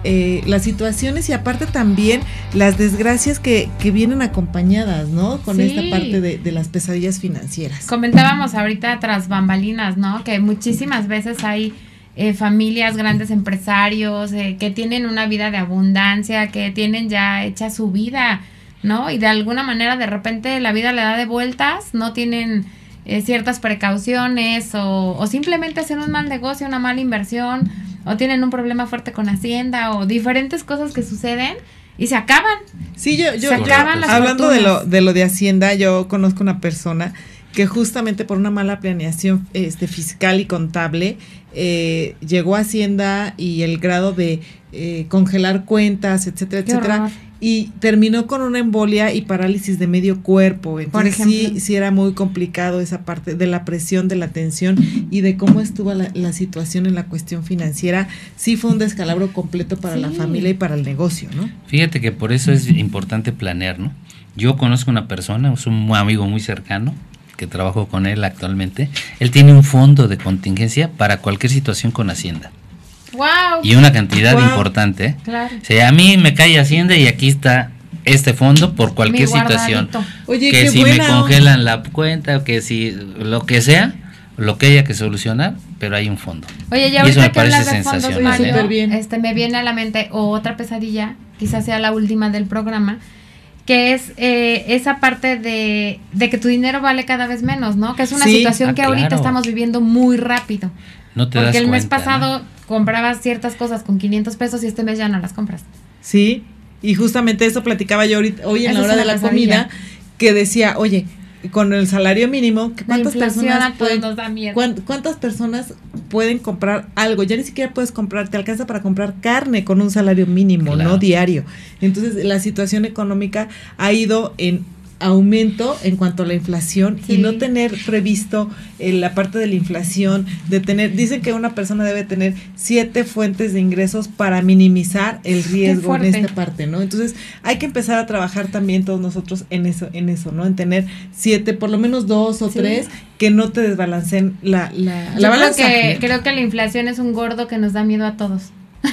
situaciones y aparte también las desgracias que vienen acompañadas, ¿no? Con esta parte de las pesadillas financieras. Comentábamos ahorita tras bambalinas, ¿no? Que muchísimas veces hay familias, grandes empresarios que tienen una vida de abundancia, que tienen ya hecha su vida, ¿no? Y de alguna manera de repente la vida le da de vueltas, no tienen ciertas precauciones o simplemente hacen un mal negocio, una mala inversión, o tienen un problema fuerte con Hacienda o diferentes cosas que suceden y se acaban. Sí, yo se acaban las hablando fortunas. de lo de Hacienda, yo conozco una persona que justamente por una mala planeación fiscal y contable llegó a Hacienda y el grado de congelar cuentas, etcétera, Qué etcétera, horror. y terminó con una embolia y parálisis de medio cuerpo. Entonces sí era muy complicado esa parte de la presión, de la tensión y de cómo estuvo la situación en la cuestión financiera. Sí fue un descalabro completo para la familia y para el negocio, ¿no? Fíjate que por eso es importante planear, ¿no? Yo conozco una persona, es un amigo muy cercano, que trabajo con él actualmente. Él tiene un fondo de contingencia para cualquier situación con Hacienda. ¡Wow! Y una cantidad importante, ¿eh? Claro. O sea, a mí me cae Hacienda y aquí está este fondo por cualquier situación. Oye, que qué si buena. me congelan la cuenta, o que si lo que sea, lo que haya que solucionar, pero hay un fondo. Oye, Y ya eso me ahorita que parece hablas de fondos, sensacional, Mario, súper bien. me viene a la mente otra pesadilla, quizás sea la última del programa, que es esa parte de que tu dinero vale cada vez menos, ¿no? Que es una situación que ahorita claro. estamos viviendo muy rápido. No te Porque das el mes cuenta, pasado ¿no? comprabas ciertas cosas con 500 pesos y este mes ya no las compras. Sí, y justamente eso platicaba yo hoy en la Eso hora es de una la pesadilla. comida, que decía, oye, con el salario mínimo, ¿cuántas personas nos da miedo. ¿cuántas personas pueden comprar algo? Ya ni siquiera puedes comprar, te alcanza para comprar carne con un salario mínimo, Claro. ¿no? Diario. Entonces, la situación económica ha ido en aumento en cuanto a la inflación y no tener previsto la parte de la inflación, dicen que una persona debe tener 7 fuentes de ingresos para minimizar el riesgo en esta parte, ¿no? Entonces hay que empezar a trabajar también todos nosotros en eso, ¿no? En tener 7, por lo menos 2 o 3 que no te desbalancen la balanza. Creo que la inflación es un gordo que nos da miedo a todos.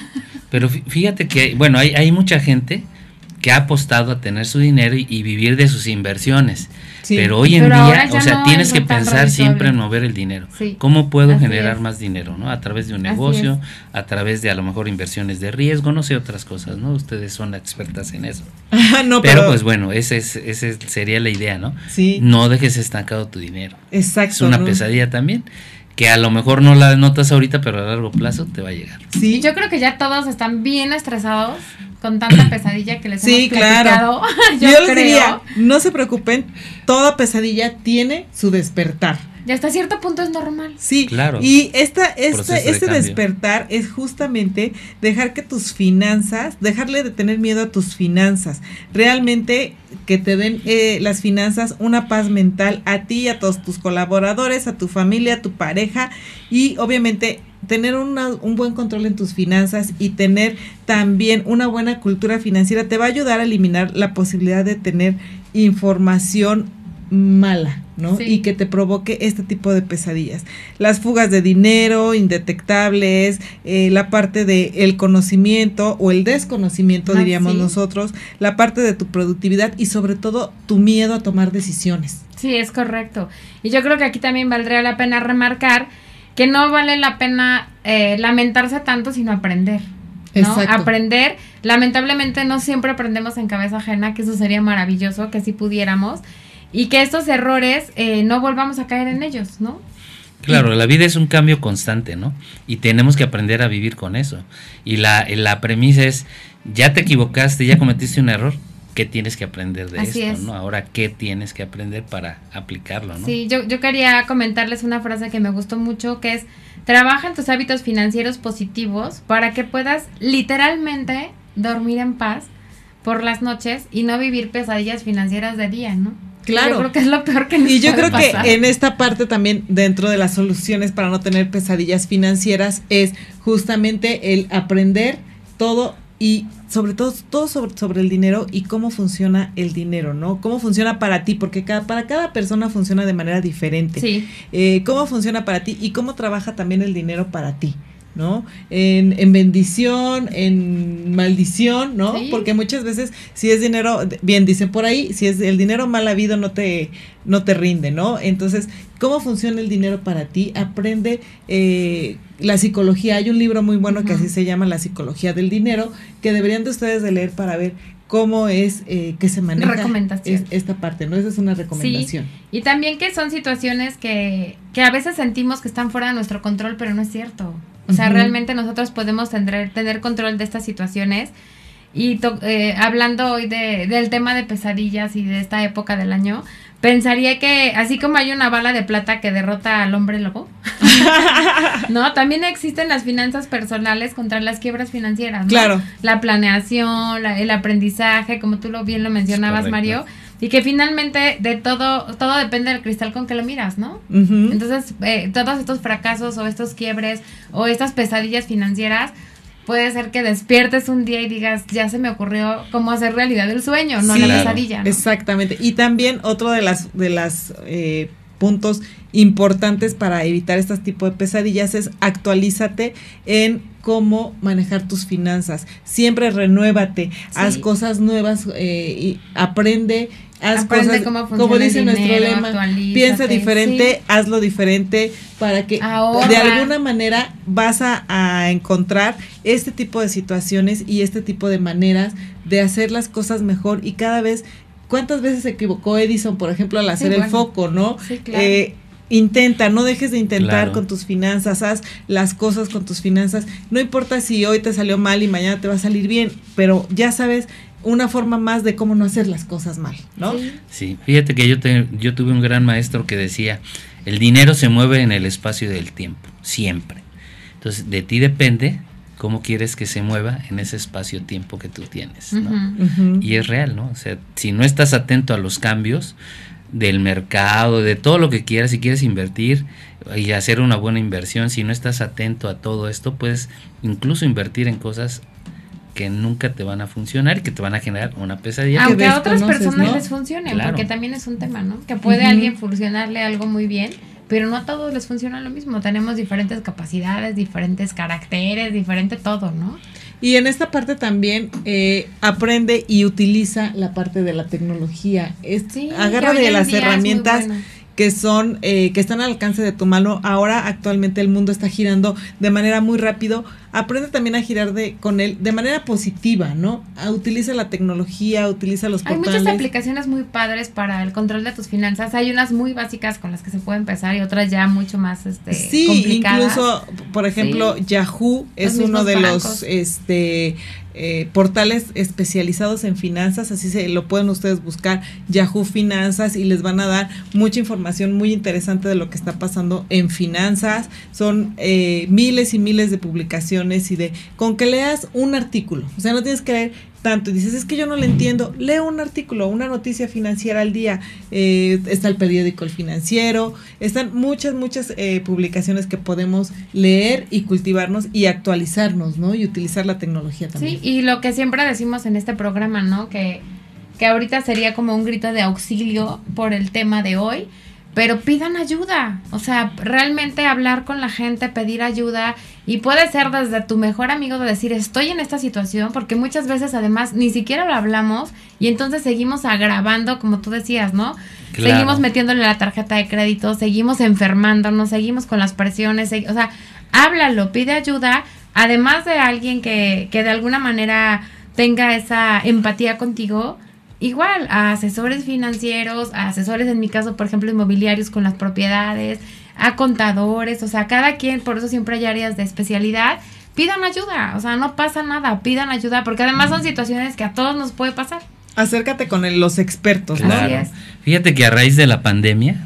Pero fíjate que, bueno, hay mucha gente que ha apostado a tener su dinero y vivir de sus inversiones. Sí. Pero hoy en día, o sea, tienes que pensar siempre en mover el dinero. Sí. ¿Cómo puedo generar más dinero, no? A través de un negocio, a través de a lo mejor inversiones de riesgo, no sé, otras cosas, ¿no? Ustedes son expertas en eso. No, pero pues bueno, esa sería la idea, ¿no? Sí. No dejes estancado tu dinero. Exacto. Es una pesadilla también, que a lo mejor no la notas ahorita, pero a largo plazo te va a llegar. Sí. Yo creo que ya todos están bien estresados con tanta pesadilla que les hemos platicado. Claro. Yo les diría, no se preocupen, toda pesadilla tiene su despertar. Y hasta cierto punto es normal. Sí, claro. Y este cambio. despertar es justamente dejar que tus finanzas, dejarle de tener miedo a tus finanzas, realmente que te den las finanzas una paz mental a ti, a todos tus colaboradores, a tu familia, a tu pareja, y obviamente tener un buen control en tus finanzas y tener también una buena cultura financiera te va a ayudar a eliminar la posibilidad de tener información mala, ¿no? Sí. Y que te provoque este tipo de pesadillas. Las fugas de dinero indetectables, la parte de el conocimiento o el desconocimiento, diríamos nosotros, la parte de tu productividad y sobre todo tu miedo a tomar decisiones. Sí, es correcto. Y yo creo que aquí también valdría la pena remarcar que no vale la pena lamentarse tanto, sino aprender, ¿no? Exacto. Aprender, lamentablemente no siempre aprendemos en cabeza ajena, que eso sería maravilloso, que si pudiéramos, y que estos errores no volvamos a caer en ellos, ¿no? Claro, la vida es un cambio constante, ¿no? Y tenemos que aprender a vivir con eso. Y la premisa es, ya te equivocaste, ya cometiste un error, ¿qué tienes que aprender de Así esto, es. ¿no? Ahora, ¿qué tienes que aprender para aplicarlo, ¿no? Sí, yo quería comentarles una frase que me gustó mucho, que es, trabaja en tus hábitos financieros positivos para que puedas literalmente dormir en paz por las noches y no vivir pesadillas financieras de día, ¿no? Claro. Yo creo que es lo peor que nos Y yo puede creo pasar. que en esta parte también, dentro de las soluciones para no tener pesadillas financieras, es justamente el aprender todo y sobre todo sobre el dinero y cómo funciona el dinero, ¿no? Cómo funciona para ti, porque para cada persona funciona de manera diferente. Sí. Cómo funciona para ti y cómo trabaja también el dinero para ti, ¿no? En bendición, en maldición, ¿no? Sí. Porque muchas veces si es dinero, bien dicen por ahí, si es el dinero mal habido no te rinde, ¿no? Entonces, ¿cómo funciona el dinero para ti? Aprende la psicología. Hay un libro muy bueno que así se llama La psicología del dinero, que deberían de ustedes de leer para ver cómo es que se maneja esta parte, ¿no? Esa es una recomendación. Sí, y también que son situaciones que a veces sentimos que están fuera de nuestro control, pero no es cierto. O sea, realmente nosotros podemos tener control de estas situaciones. Y hablando hoy del tema de pesadillas y de esta época del año, pensaría que así como hay una bala de plata que derrota al hombre lobo, ¿no? También existen las finanzas personales contra las quiebras financieras, ¿no? Claro. La planeación, el aprendizaje, como tú bien lo mencionabas, Mario, y que finalmente de todo depende del cristal con que lo miras, ¿no? Uh-huh. Entonces, todos estos fracasos o estos quiebres o estas pesadillas financieras, puede ser que despiertes un día y digas, ya se me ocurrió cómo hacer realidad el sueño, no Sí, la claro. pesadilla, ¿no? Exactamente. Y también otro de las puntos importantes para evitar este tipo de pesadillas es actualízate en cómo manejar tus finanzas. Siempre renuévate, haz cosas nuevas y aprende cosas, cómo como dice el dinero, nuestro lema, piensa diferente, hazlo diferente, para que ahorra. De alguna manera vas a encontrar este tipo de situaciones y este tipo de maneras de hacer las cosas mejor. Y cada vez, ¿cuántas veces se equivocó Edison, por ejemplo, al hacer el foco, no? Sí, claro. Intenta, no dejes de intentar Claro. con tus finanzas, haz las cosas con tus finanzas. No importa si hoy te salió mal y mañana te va a salir bien, pero ya sabes una forma más de cómo no hacer las cosas mal, ¿no? Sí, fíjate que yo tuve un gran maestro que decía, el dinero se mueve en el espacio del tiempo, siempre. Entonces, de ti depende cómo quieres que se mueva en ese espacio-tiempo que tú tienes, ¿no? Uh-huh. Y es real, ¿no? O sea, si no estás atento a los cambios del mercado, de todo lo que quieras, si quieres invertir y hacer una buena inversión, si no estás atento a todo esto, puedes incluso invertir en cosas que nunca te van a funcionar y que te van a generar una pesadilla. Aunque a otras desconoces, personas ¿no? les funcione, Claro. porque también es un tema, ¿no? Que puede a alguien funcionarle algo muy bien, pero no a todos les funciona lo mismo. Tenemos diferentes capacidades, diferentes caracteres, diferente todo, ¿no? Y en esta parte también aprende y utiliza la parte de la tecnología. Sí, Agarra que hoy de en las día es muy herramientas bueno. que son que están al alcance de tu mano. Ahora actualmente el mundo está girando de manera muy rápido. Aprende también a girar con él de manera positiva, ¿no? Utiliza la tecnología, utiliza los Hay portales. muchas aplicaciones muy padres para el control de tus finanzas. Hay unas muy básicas con las que se puede empezar y otras ya mucho más Sí, complicadas. incluso, por ejemplo, Sí. Yahoo es Los uno mismos de bancos. los portales especializados en finanzas, así se lo pueden ustedes buscar, Yahoo Finanzas, y les van a dar mucha información muy interesante de lo que está pasando en finanzas. Son miles y miles de publicaciones, y con que leas un artículo, o sea, no tienes que leer tanto y dices, es que yo no le entiendo, lee un artículo, una noticia financiera al día, está el periódico El Financiero, están muchas publicaciones que podemos leer y cultivarnos y actualizarnos, ¿no? Y utilizar la tecnología también. Sí, y lo que siempre decimos en este programa, ¿no? Que ahorita sería como un grito de auxilio por el tema de hoy, pero pidan ayuda, o sea, realmente hablar con la gente, pedir ayuda, y puede ser desde tu mejor amigo de decir, estoy en esta situación, porque muchas veces además ni siquiera lo hablamos, y entonces seguimos agravando, como tú decías, ¿no? Claro. Seguimos metiéndole la tarjeta de crédito, seguimos enfermándonos, seguimos con las presiones, o sea, háblalo, pide ayuda, además de alguien que de alguna manera tenga esa empatía contigo. Igual, a asesores financieros, a asesores, en mi caso, por ejemplo, inmobiliarios con las propiedades, a contadores, o sea, cada quien, por eso siempre hay áreas de especialidad. Pidan ayuda, o sea, no pasa nada, pidan ayuda, porque además son situaciones que a todos nos puede pasar. Acércate con los expertos, claro. ¿no? Fíjate que a raíz de la pandemia,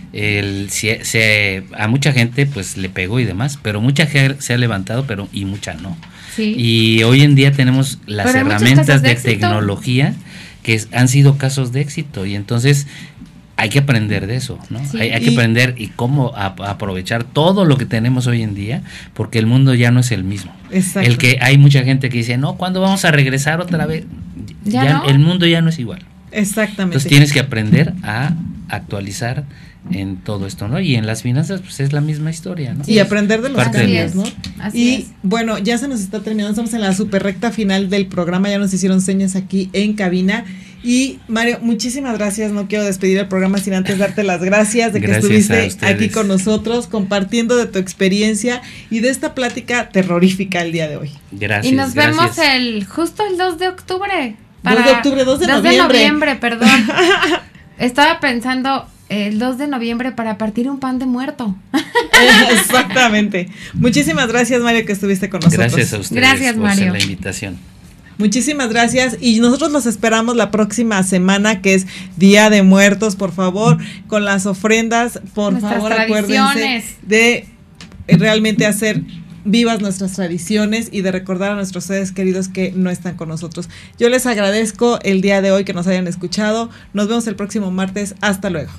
a mucha gente pues le pegó y demás, pero mucha gente se ha levantado, y mucha no. Sí. Y hoy en día tenemos las herramientas de tecnología que han sido casos de éxito, y entonces hay que aprender de eso, ¿no? Sí, hay que aprender y cómo aprovechar todo lo que tenemos hoy en día, porque el mundo ya no es el mismo. Exacto. El que hay mucha gente que dice, no, ¿cuándo vamos a regresar otra vez? Ya no. El mundo ya no es igual. Exactamente. Entonces tienes que aprender a actualizar en todo esto, ¿no? Y en las finanzas pues es la misma historia, ¿no? Y aprender de los cambios, ¿no? Así es. Bueno, ya se nos está terminando, estamos en la super recta final del programa, ya nos hicieron señas aquí en cabina. Y Mario, muchísimas gracias, no quiero despedir el programa sin antes darte las gracias de que estuviste aquí con nosotros compartiendo de tu experiencia y de esta plática terrorífica el día de hoy. Gracias. Y nos vemos justo el 2 de octubre. 2 de noviembre, perdón. Estaba pensando el 2 de noviembre para partir un pan de muerto. Exactamente. Muchísimas gracias, Mario, que estuviste con nosotros. Gracias a ustedes. Gracias, Mario, por la invitación. Muchísimas gracias, y nosotros los esperamos la próxima semana, que es Día de Muertos. Por favor, con las ofrendas, por favor, acuérdense de realmente hacer vivas nuestras tradiciones y de recordar a nuestros seres queridos que no están con nosotros. Yo les agradezco el día de hoy que nos hayan escuchado. Nos vemos el próximo martes. Hasta luego.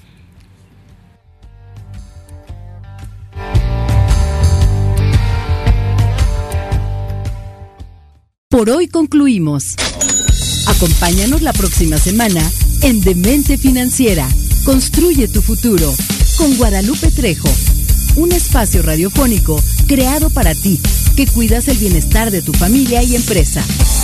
Por hoy concluimos. Acompáñanos la próxima semana en Demente Financiera. Construye tu futuro con Guadalupe Trejo. Un espacio radiofónico creado para ti, que cuidas el bienestar de tu familia y empresa.